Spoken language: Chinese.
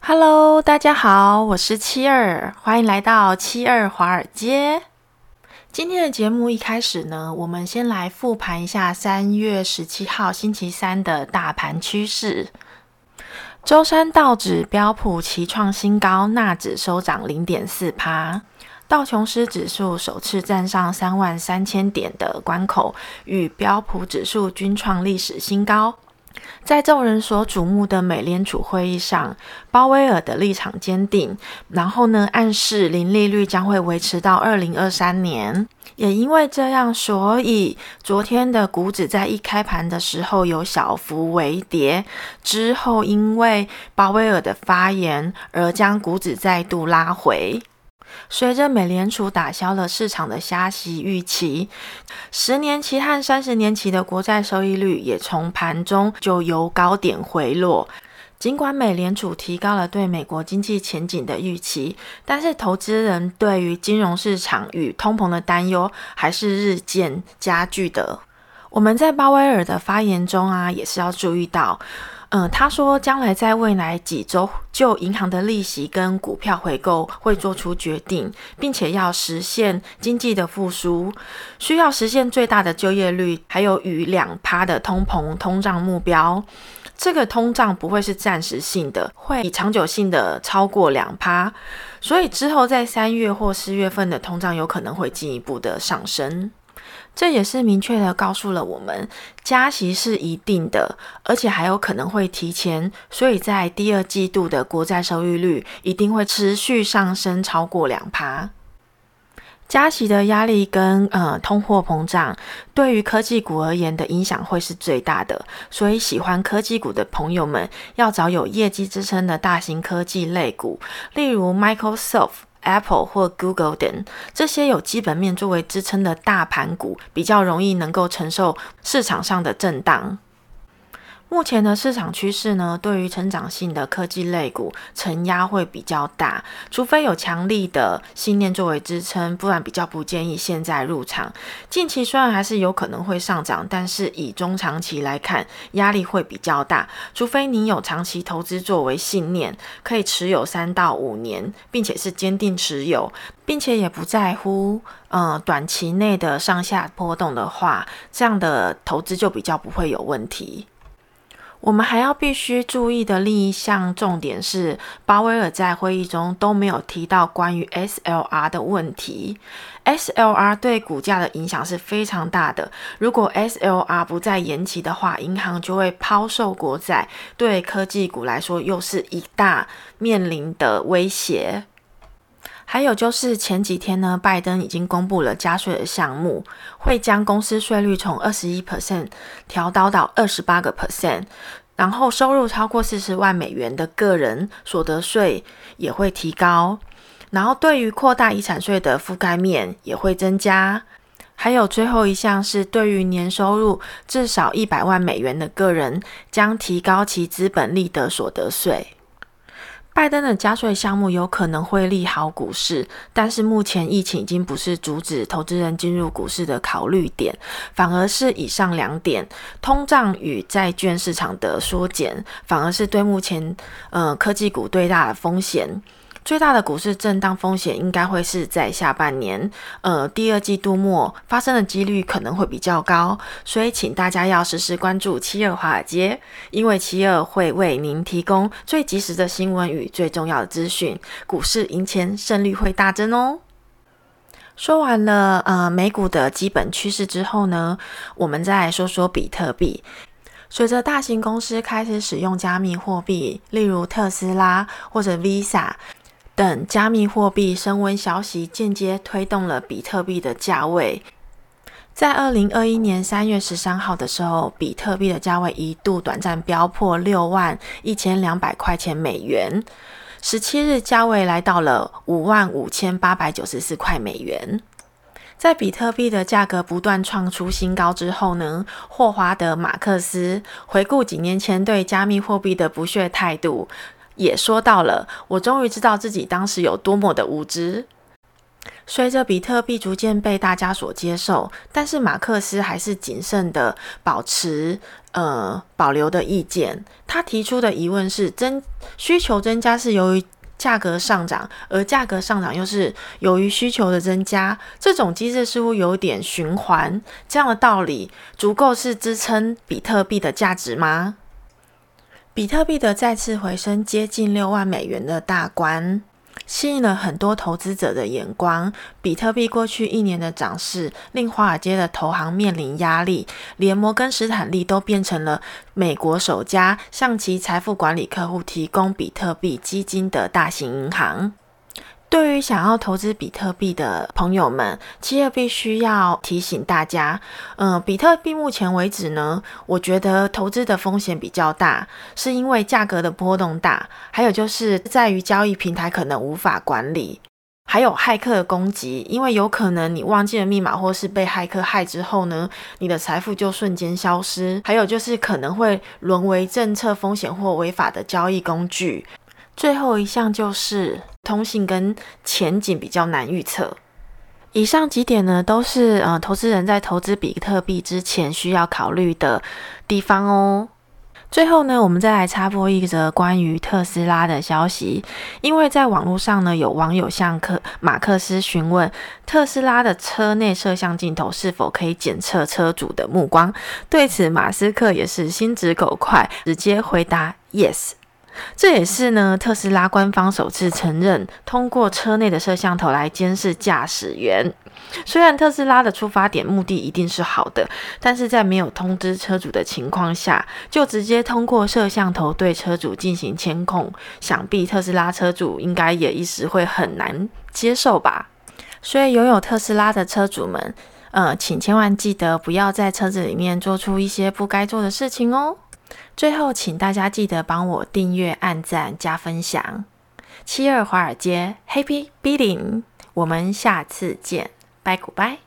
Hello，大家好，我是七二，欢迎来到七二华尔街。今天的节目一开始呢，我们先来复盘一下3月17号星期三的大盘趋势。周三道指标普齐创新高，纳指收涨 0.4%， 道琼斯指数首次站上33000点的关口，与标普指数均创历史新高。在众人所瞩目的美联储会议上，鲍威尔的立场坚定，然后呢，暗示零利率将会维持到2023年。也因为这样，所以昨天的股指在一开盘的时候有小幅微跌，之后因为鲍威尔的发言而将股指再度拉回。随着美联储打消了市场的加息预期，10年期和30年期的国债收益率也从盘中就由高点回落。尽管美联储提高了对美国经济前景的预期，但是投资人对于金融市场与通膨的担忧还是日渐加剧的。我们在鲍威尔的发言中也是要注意到他说将来在未来几周就银行的利息跟股票回购会做出决定，并且要实现经济的复苏，需要实现最大的就业率，还有与2%的通胀目标。这个通胀不会是暂时性的，会以长久性的超过2%，所以之后在3月或4月份的通胀有可能会进一步的上升。这也是明确的告诉了我们，加息是一定的，而且还有可能会提前，所以在第二季度的国债收益率一定会持续上升超过2%。加息的压力跟通货膨胀对于科技股而言的影响会是最大的，所以喜欢科技股的朋友们要找有业绩支撑的大型科技类股，例如 Microsoft、Apple 或 Google 等，这些有基本面作为支撑的大盘股比较容易能够承受市场上的震荡。目前的市场趋势呢，对于成长性的科技类股承压会比较大，除非有强力的信念作为支撑，不然比较不建议现在入场。近期虽然还是有可能会上涨，但是以中长期来看，压力会比较大，除非你有长期投资作为信念，可以持有3到5年，并且是坚定持有，并且也不在乎短期内的上下波动的话，这样的投资就比较不会有问题。我们还要必须注意的另一项重点是，鲍威尔在会议中都没有提到关于 SLR 的问题。SLR 对股价的影响是非常大的，如果 SLR 不再延期的话，银行就会抛售国债，对科技股来说又是一大面临的威胁。还有就是前几天呢，拜登已经公布了加税的项目，会将公司税率从 21% 调高到 28%， 然后收入超过40万美元的个人所得税也会提高，然后对于扩大遗产税的覆盖面也会增加。还有最后一项是对于年收入至少100万美元的个人，将提高其资本利得所得税。拜登的加税项目有可能会利好股市，但是目前疫情已经不是阻止投资人进入股市的考虑点，反而是以上2点，通胀与债券市场的缩减，反而是对目前科技股最大的风险。最大的股市震荡风险应该会是在下半年，第二季度末发生的几率可能会比较高，所以请大家要时时关注七二华尔街，因为七二会为您提供最及时的新闻与最重要的资讯，股市赢钱胜率会大增哦。说完了美股的基本趋势之后呢，我们再来说说比特币。随着大型公司开始使用加密货币，例如特斯拉或者 Visa等加密货币升温消息，间接推动了比特币的价位。在2021年3月13号的时候，比特币的价位一度短暂飙破61200块钱美元，17日价位来到了55894块美元。在比特币的价格不断创出新高之后呢，霍华德·马克思回顾几年前对加密货币的不屑态度，也说到了，我终于知道自己当时有多么的无知。 随着比特币逐渐被大家所接受，但是马克思还是谨慎的保留的意见。他提出的疑问是，需求增加是由于价格上涨，而价格上涨又是由于需求的增加，这种机制似乎有点循环。这样的道理足够是支撑比特币的价值吗？比特币的再次回升接近6万美元的大关，吸引了很多投资者的眼光。比特币过去1年的涨势令华尔街的投行面临压力，连摩根士坦利都变成了美国首家向其财富管理客户提供比特币基金的大型银行。对于想要投资比特币的朋友们，企业必须要提醒大家，比特币目前为止呢，我觉得投资的风险比较大，是因为价格的波动大，还有就是在于交易平台可能无法管理，还有骇客的攻击，因为有可能你忘记了密码或是被骇客害之后呢，你的财富就瞬间消失，还有就是可能会沦为政策风险或违法的交易工具。最后一项就是通信跟前景比较难预测。以上几点呢，都是投资人在投资比特币之前需要考虑的地方哦。最后呢，我们再来插播一则关于特斯拉的消息。因为在网络上呢，有网友向马克思询问特斯拉的车内摄像镜头是否可以检测车主的目光，对此马斯克也是心直口快，直接回答 yes。这也是呢，特斯拉官方首次承认通过车内的摄像头来监视驾驶员。虽然特斯拉的出发点目的一定是好的，但是在没有通知车主的情况下，就直接通过摄像头对车主进行监控，想必特斯拉车主应该也一时会很难接受吧。所以拥有特斯拉的车主们，请千万记得不要在车子里面做出一些不该做的事情哦。最后，请大家记得帮我订阅、按赞、加分享。72华尔街 Happy Bidding， 我们下次见，拜 goodbye。